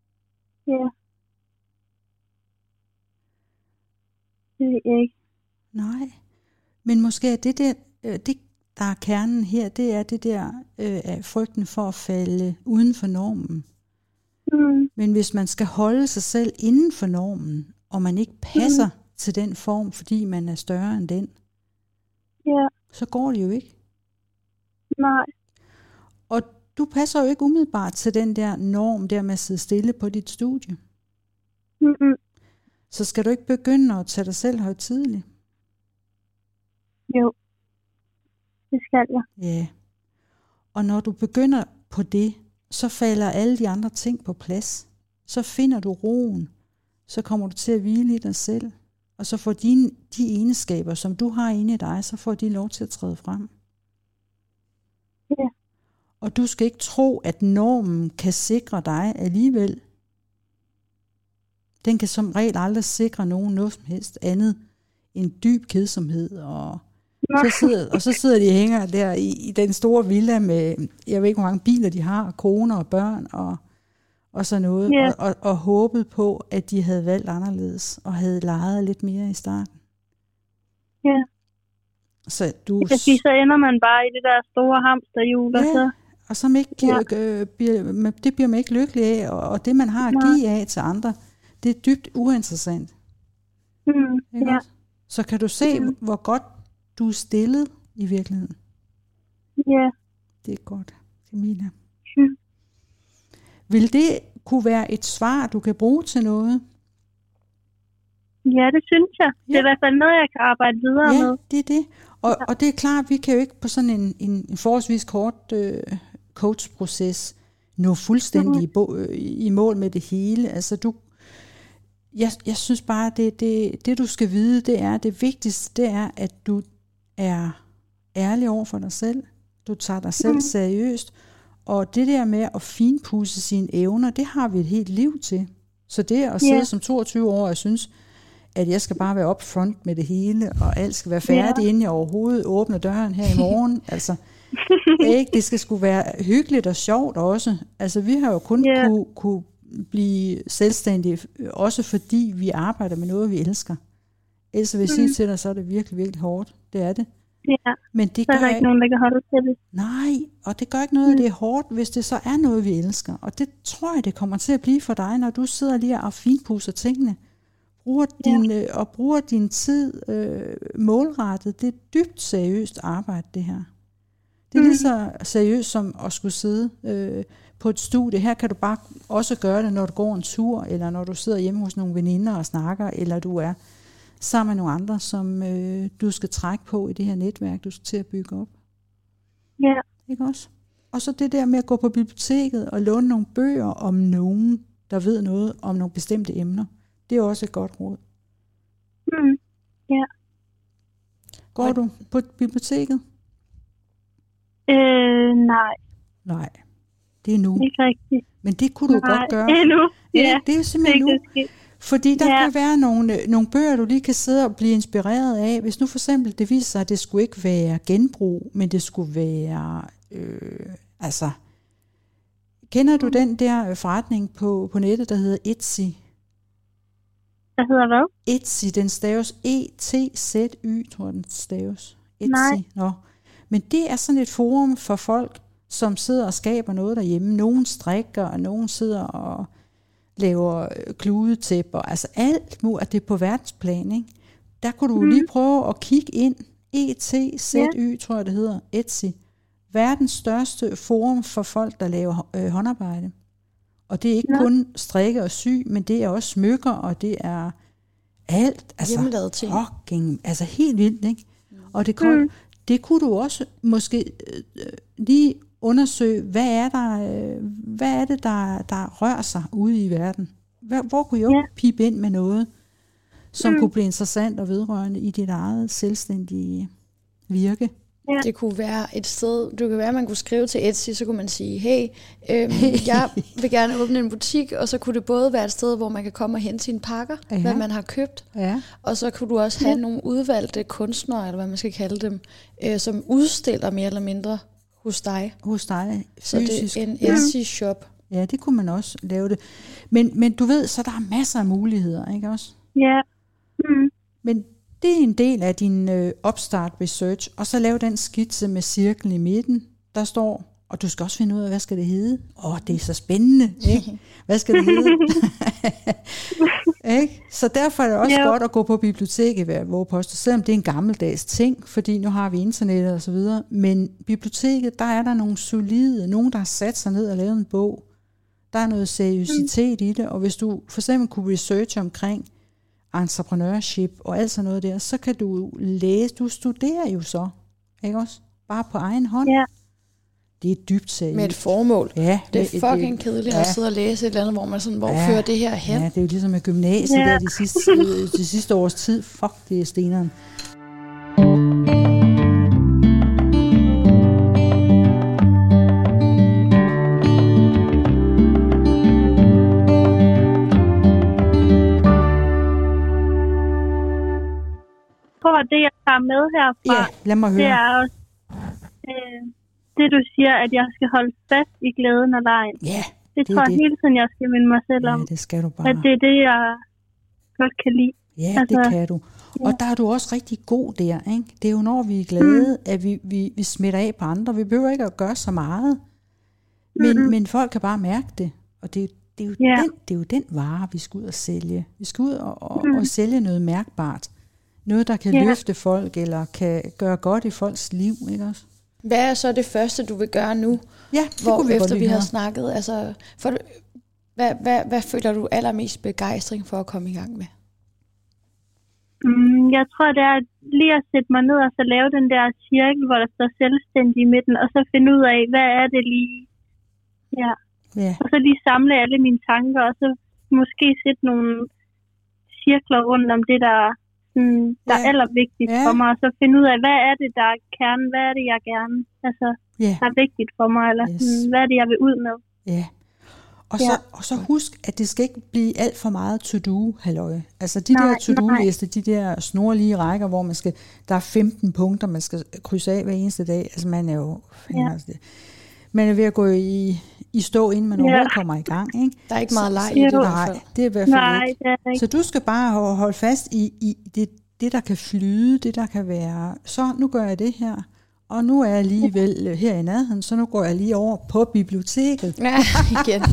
det ved jeg ikke. Nej, men måske er det der er kernen her, det er det der frygten for at falde uden for normen. Men hvis man skal holde sig selv inden for normen, og man ikke passer til den form, fordi man er større end den, så går det jo ikke. Nej. Og du passer jo ikke umiddelbart til den der norm, der med at sidde stille på dit studie. Så skal du ikke begynde at tage dig selv højtideligt? Jo, det skal jeg. Ja. Og når du begynder på det, så falder alle de andre ting på plads. Så finder du roen. Så kommer du til at hvile i dig selv. Og så får de egenskaber, som du har inde i dig, så får de lov til at træde frem. Ja. Og du skal ikke tro, at normen kan sikre dig alligevel. Den kan som regel aldrig sikre nogen noget som helst andet end dyb kedsomhed. Og så sidder de og hænger der i den store villa med, jeg ved ikke hvor mange biler de har, koner og børn og sådan noget. Yeah. Og håbet på, at de havde valgt anderledes og havde leget lidt mere i starten. Ja. Yeah. Så så ender man bare i det der store hamsterhjul. Og som ikke det bliver man ikke lykkelig af, og det man har at give af til andre, det er dybt uinteressant. Så kan du se, hvor godt du er stillet i virkeligheden? Ja. Det er godt, Camilla. Vil det kunne være et svar, du kan bruge til noget? Ja, det synes jeg. Det er i hvert fald noget, jeg kan arbejde videre med. Ja, det er det. Og det er klart, vi kan jo ikke på sådan en forholdsvis kort coachproces nå fuldstændig i mål med det hele. Altså jeg synes bare, det du skal vide, det vigtigste, det er, at du er ærlig over for dig selv. Du tager dig selv seriøst. Og det der med at finpudse sine evner, det har vi et helt liv til. Så det at sidde som 22 år, jeg synes, at jeg skal bare være up front med det hele, og alt skal være færdigt, inden jeg overhovedet åbner døren her i morgen. Altså, ikke? Det skal sgu være hyggeligt og sjovt også. Altså, vi har jo kun kunne blive selvstændige, også fordi vi arbejder med noget, vi elsker. Ellers vil jeg sige til dig, så er det virkelig, virkelig hårdt. Det er det. Ja, men det så er der ikke nogen, der kan holde til det. Nej, og det gør ikke noget, det er hårdt, hvis det så er noget, vi elsker. Og det tror jeg, det kommer til at blive for dig, når du sidder lige og finpudser tingene. Bruger din tid målrettet. Det er dybt seriøst arbejde, det her. Det er lige så seriøst som at skulle sidde på et studie. Her kan du bare også gøre det, når du går en tur, eller når du sidder hjemme hos nogle veninder og snakker, eller du er sammen med nogle andre, som du skal trække på i det her netværk, du skal til at bygge op. Ja. Ikke også? Og så det der med at gå på biblioteket og låne nogle bøger om nogen, der ved noget om nogle bestemte emner. Det er også et godt råd. Ja. Går du på biblioteket? Nej. Nej. Det er nu. Ikke rigtigt. Men det kunne du godt gøre. Det er nu. Ja, det er simpelthen nu. Fordi der kan være nogle bøger, du lige kan sidde og blive inspireret af. Hvis nu for eksempel det viser sig, at det skulle ikke være genbrug, men det skulle være, kender du den der forretning på nettet, der hedder Etsy? Der hedder hvad? Etsy, den staves E-T-Z-Y, tror jeg, den staves. Etsy. Nej. Nå. Men det er sådan et forum for folk, som sidder og skaber noget derhjemme. Nogen strikker, og nogen sidder og laver kludetæpper, altså alt muligt, det er på verdensplan, ikke? Der kunne du lige prøve at kigge ind, E-T-Z-Y, tror jeg det hedder, Etsy, verdens største forum for folk, der laver håndarbejde. Og det er ikke kun strikke og sy, men det er også smykker, og det er alt, altså hjemmelavet ting. Fucking, altså helt vildt, ikke? Og det kunne du også måske lige undersøge, hvad er det, der rører sig ude i verden? Hvor kunne jeg pipe ind med noget, som kunne blive interessant og vedrørende i dit eget selvstændige virke? Ja. Det kunne være et sted, det kan være, at man kunne skrive til Etsy, så kunne man sige, hey, jeg vil gerne åbne en butik, og så kunne det både være et sted, hvor man kan komme og hente sine pakker, hvad man har købt, og så kunne du også have nogle udvalgte kunstnere, eller hvad man skal kalde dem, som udstiller mere eller mindre hos dig. Hos dig, fysisk. Så det er en Etsy-shop. Ja, det kunne man også lave det. Men du ved, så der er masser af muligheder, ikke også? Ja. Men det er en del af din opstart research, og så lave den skitse med cirklen i midten, der står, og du skal også finde ud af, hvad skal det hedde? Det er så spændende, ikke? Hvad skal det hedde? Ikke? Så derfor er det også godt at gå på biblioteket hver vågepost, selvom det er en gammeldags ting, fordi nu har vi internettet og så videre, men biblioteket, der er der nogle solide, nogen der har sat sig ned og lavet en bog, der er noget seriøsitet i det, og hvis du for eksempel kunne researche omkring entrepreneurship og alt sådan noget der, så kan du læse, du studerer jo så, ikke også? Bare på egen hånd. Ja. Det er dybt seriøst. Med et formål. Ja. Det er fucking kedeligt at sidde og læse et eller andet, hvor man sådan, hvor fører det her hen? Ja, det er jo ligesom med gymnasiet der de sidste års tid. Fuck, det er steneren. Det jeg tager med herfra, lad mig høre. Det er også det du siger, at jeg skal holde fast i glæden og lejen. Ja, det tror jeg hele tiden, jeg skal minde mig selv om. Ja, det skal du bare. At det er det, jeg godt kan lide. Ja, altså, det kan du. Og der er du også rigtig god der, ikke? Det er jo når vi er glade, at vi smitter af på andre. Vi behøver ikke at gøre så meget. Men folk kan bare mærke det. Og det er jo den vare, vi skal ud og sælge. Vi skal ud og sælge noget mærkbart. Noget, der kan løfte folk, eller kan gøre godt i folks liv, ikke også? Hvad er så det første, du vil gøre nu? Ja, det kunne vi efter vi har snakket, altså, hvad føler du allermest begejstring for at komme i gang med? Jeg tror, det er lige at sætte mig ned og så lave den der cirkel, hvor der står selvstændig i midten, og så finde ud af, hvad er det lige? Ja. Og så lige samle alle mine tanker, og så måske sætte nogle cirkler rundt om det, der er allervigtigst for mig, og så finde ud af, hvad er det, der er kernen, hvad er det, jeg gerne, der er vigtigt for mig, eller hvad er det, jeg vil ud med. Ja. Og så husk, at det skal ikke blive alt for meget to-do, halløj. Altså de der to-do-lister, de der snorlige rækker, hvor der er 15 punkter, man skal krydse af hver eneste dag. Altså man er jo, man er ved at gå i stå, inden man overhovedet kommer i gang, ikke? Der er ikke meget leg i det i hvert fald. Nej, det er i hvert fald ikke. Så du skal bare holde fast i det, der kan flyde, det, der kan være, så nu gør jeg det her, og nu er jeg alligevel her i nærheden, så nu går jeg lige over på biblioteket. Ja, igen.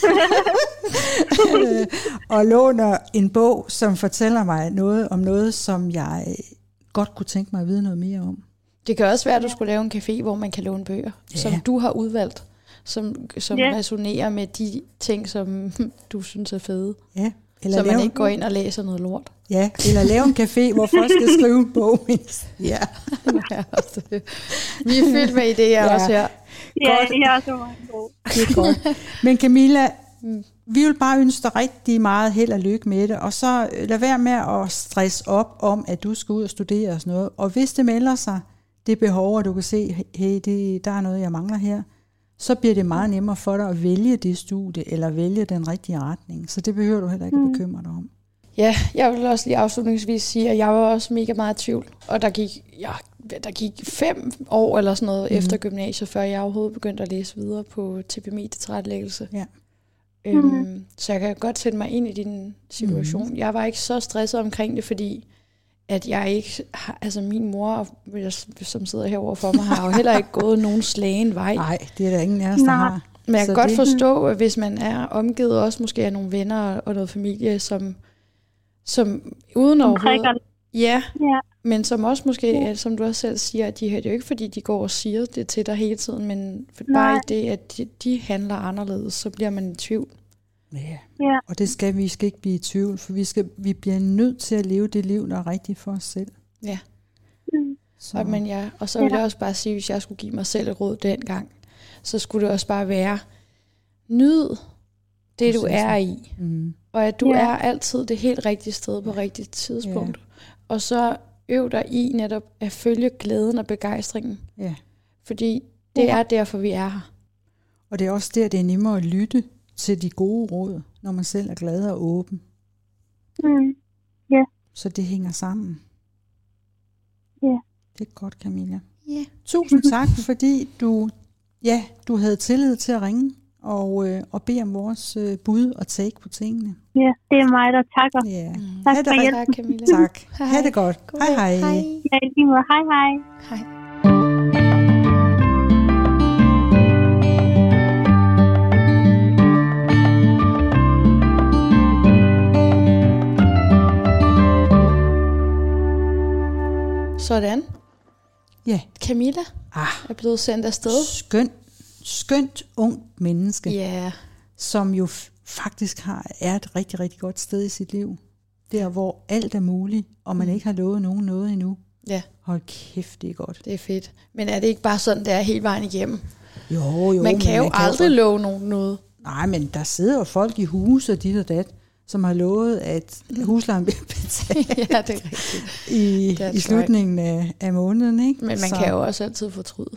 Og låner en bog, som fortæller mig noget om noget, som jeg godt kunne tænke mig at vide noget mere om. Det kan også være, at du skulle lave en café, hvor man kan låne bøger, som du har udvalgt, som resonerer med de ting, som du synes er fede. Ja. Eller så man ikke går ind og læser noget lort. Ja, eller lave en café, hvor folk skal skrive en bog. Ja. Vi er fyldt med idéer også her. Ja, det er også meget god. Det er godt. Men Camilla, vi vil bare ønske dig rigtig meget held og lykke med det, og så lad være med at stresse op om, at du skal ud og studere og sådan noget. Og hvis det melder sig, det behov, og du kan se, hey, der er noget, jeg mangler her, så bliver det meget nemmere for dig at vælge det studie, eller vælge den rigtige retning. Så det behøver du heller ikke at bekymre dig om. Ja, jeg vil også lige afslutningsvis sige, at jeg var også mega meget i tvivl. Og der gik 5 år eller sådan noget efter gymnasiet, før jeg overhovedet begyndte at læse videre på tilrettelæggelse. Ja. Så jeg kan godt sætte mig ind i din situation. Jeg var ikke så stresset omkring det, fordi at jeg ikke har, altså min mor, som sidder herovre for mig, har jo heller ikke gået nogen slagen vej. Nej, det er der ingen af os, der har. Men jeg kan godt forstå, at hvis man er omgivet også måske af nogle venner og noget familie, som uden overhovedet... Ja, men som også måske, som du også selv siger, at de hører det jo ikke, fordi de går og siger det til dig hele tiden, men bare i det, at de handler anderledes, så bliver man i tvivl. Ja. Og det skal vi skal ikke blive i tvivl, for vi bliver nødt til at leve det liv, der er rigtigt for os selv. Ja. Og så vil jeg også bare sige, hvis jeg skulle give mig selv et råd dengang, så skulle det også bare være, nyd det, du er i. Og at du er altid det helt rigtige sted på rigtigt tidspunkt. Og så øv dig i netop at følge glæden og begejstringen. Ja. Fordi det er derfor, vi er her. Og det er også der, det er nemmere at lytte til de gode råd, når man selv er glad og åben. Så det hænger sammen. Det er godt, Camilla. Tusind tak, fordi du havde tillid til at ringe og bede om vores bud og take på tingene. Ja, det er mig, der takker. Tak for hjælpen, Camilla. Tak. Ha' det godt. Hej. Ja, lige måde. Hej. Sådan. Ja. Camilla er blevet sendt afsted. Skønt ungt menneske, som jo faktisk er et rigtig, rigtig godt sted i sit liv. Der, hvor alt er muligt, og man ikke har lovet nogen noget endnu. Ja. Hold kæft, det er godt. Det er fedt. Men er det ikke bare sådan, det er hele vejen igennem? Jo. Man kan jo aldrig love nogen noget. Nej, men der sidder jo folk i huse og dit og dat, som har lovet, at huslejen bliver betalt ja, det er rigtigt. i slutningen af måneden. Ikke? Men man kan jo også altid fortryde.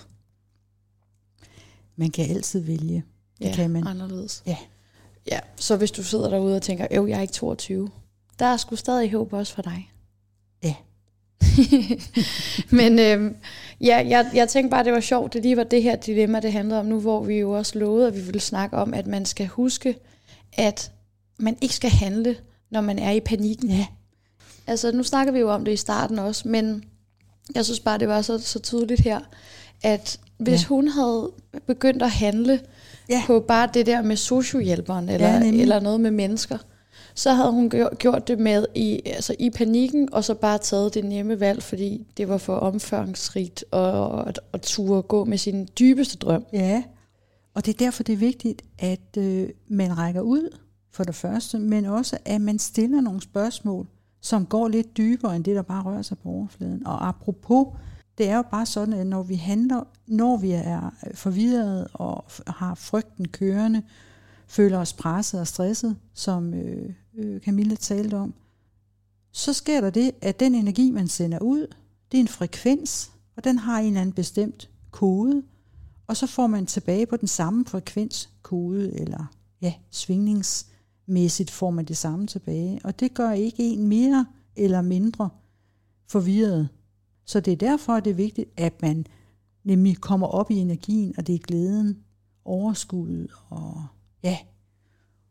Man kan altid vælge. Det kan man. Anderledes. Ja, så hvis du sidder derude og tænker, jeg er ikke 22, der er sgu stadig håb også for dig. Ja. Men jeg tænkte bare, det var sjovt, det lige var det her dilemma, det handlede om nu, hvor vi jo også lovede, at vi ville snakke om, at man skal huske, at man ikke skal handle, når man er i panikken. Ja. Altså, nu snakker vi jo om det i starten også, men jeg synes bare, det var så tydeligt her, at hvis hun havde begyndt at handle på bare det der med sociohjælperen, eller noget med mennesker, så havde hun gjort det med i panikken, og så bare taget det nemme valg, fordi det var for omfangsrigt at turde gå med sin dybeste drøm. Ja, og det er derfor, det er vigtigt, at man rækker ud for det første, men også, at man stiller nogle spørgsmål, som går lidt dybere, end det, der bare rører sig på overfladen. Og apropos, det er jo bare sådan, at når vi handler, når vi er forvirret og har frygten kørende, føler os presset og stresset, som Camilla talte om, så sker der det, at den energi, man sender ud, det er en frekvens, og den har en eller anden bestemt kode, og så får man tilbage på den samme frekvenskode, eller svingningsmæssigt får man det samme tilbage, og det gør ikke en mere eller mindre forvirret. Så det er derfor, det er vigtigt, at man nemlig kommer op i energien, og det er glæden, overskuddet,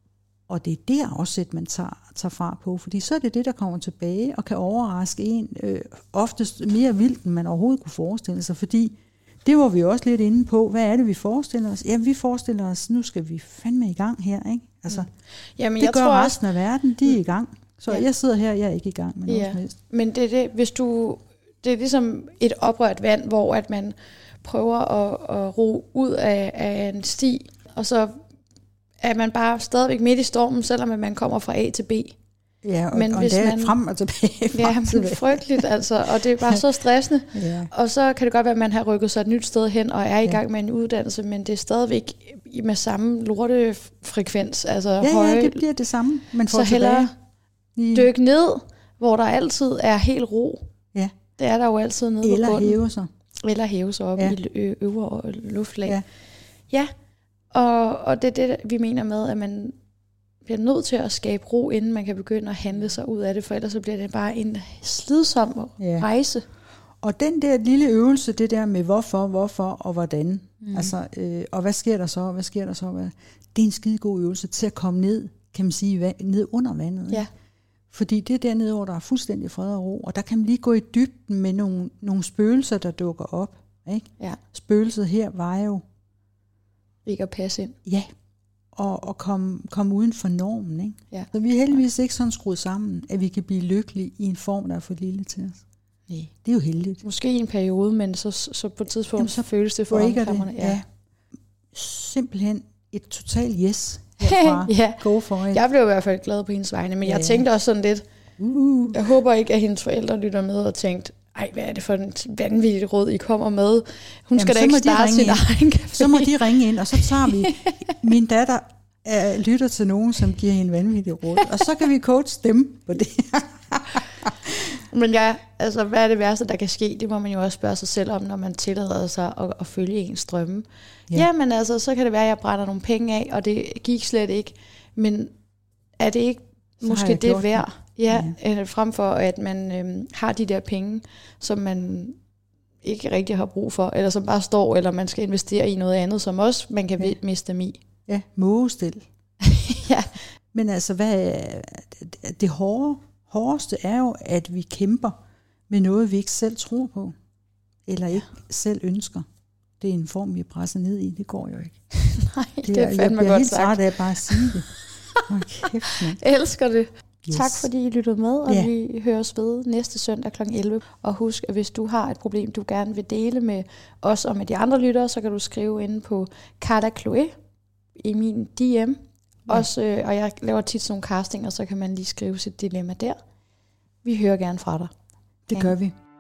Og det er det afsæt, man tager fra på, fordi så er det det, der kommer tilbage og kan overraske en oftest mere vildt, end man overhovedet kunne forestille sig, fordi det var vi også lidt inde på. Hvad er det, vi forestiller os? Ja, vi forestiller os, nu skal vi fandme i gang her, ikke? Altså, Jamen, det jeg gør tror resten af verden, de er i gang. Så jeg sidder her, jeg er ikke i gang med noget som helst. Men det er det, det er ligesom et oprørt vand, hvor at man prøver at ro ud af en sti, og så er man bare stadigvæk midt i stormen, selvom man kommer fra A til B. Ja, og hvis det er frem og tilbage. Frygteligt altså, og det er bare så stressende. Ja. Og så kan det godt være, at man har rykket sig et nyt sted hen, og er i gang med en uddannelse, men det er stadigvæk med samme lortefrekvens. Altså høje. Ja, det bliver det samme. Man får så hellere dyk ned, hvor der altid er helt ro. Ja. Det er der jo altid nede på bunden. Eller hæve sig op i øvre luftlag. Ja. Og det er det, vi mener med, at man bliver nødt til at skabe ro, inden man kan begynde at handle sig ud af det, for ellers så bliver det bare en slidsom rejse. Og den der lille øvelse, det der med hvorfor og hvordan, altså, og hvad sker der så, det er en skide god øvelse til at komme ned, kan man sige, ned under vandet. Ja. Fordi det er dernede, hvor der er fuldstændig fred og ro, og der kan man lige gå i dybden med nogle spøgelser, der dukker op. Ikke? Ja. Spøgelset her var jo ikke at passe ind. Ja, og komme uden for normen. Ikke? Ja. Så vi er heldigvis ikke sådan skruet sammen, at vi kan blive lykkelige i en form, der er for lille til os. Nej. Det er jo heldigt. Måske i en periode, men så på et tidspunkt så føles det for omklammerne. Ja. Simpelthen et totalt yes herfra. Ja. Go for it. Jeg blev i hvert fald glad på hendes vegne, men jeg tænkte også sådan lidt, jeg håber ikke, at hendes forældre lytter med og tænkte, ej, hvad er det for en vanvittig råd, I kommer med? Hun skal da ikke starte sin egen café. Så må de ringe ind, og så tager vi, min datter lytter til nogen, som giver hende vanvittig råd, og så kan vi coache dem på det. Men altså, hvad er det værste, der kan ske? Det må man jo også spørge sig selv om, når man tillader sig at følge ens drømme. Ja, men altså, så kan det være, at jeg brænder nogle penge af, og det gik slet ikke. Men er det ikke så måske det værd? Ja, frem for at man har de der penge, som man ikke rigtig har brug for, eller som bare står, eller man skal investere i noget andet, som også man kan miste dem i. Ja, mågestil. Ja. Men altså, det hårdeste er jo, at vi kæmper med noget, vi ikke selv tror på, eller ikke selv ønsker. Det er en form, vi er presset ned i. Det går jo ikke. Nej, det er fandme godt sagt. Jeg bliver helt træt af bare at sige det. Kæft, man. Jeg elsker det. Yes. Tak fordi I lyttede med, og vi høres ved næste søndag kl. 11. Og husk, at hvis du har et problem, du gerne vil dele med os og med de andre lyttere, så kan du skrive inde på Carla Chloe i min DM. Også, og jeg laver tit sådan nogle castinger, så kan man lige skrive sit dilemma der. Vi hører gerne fra dig. Det gør vi.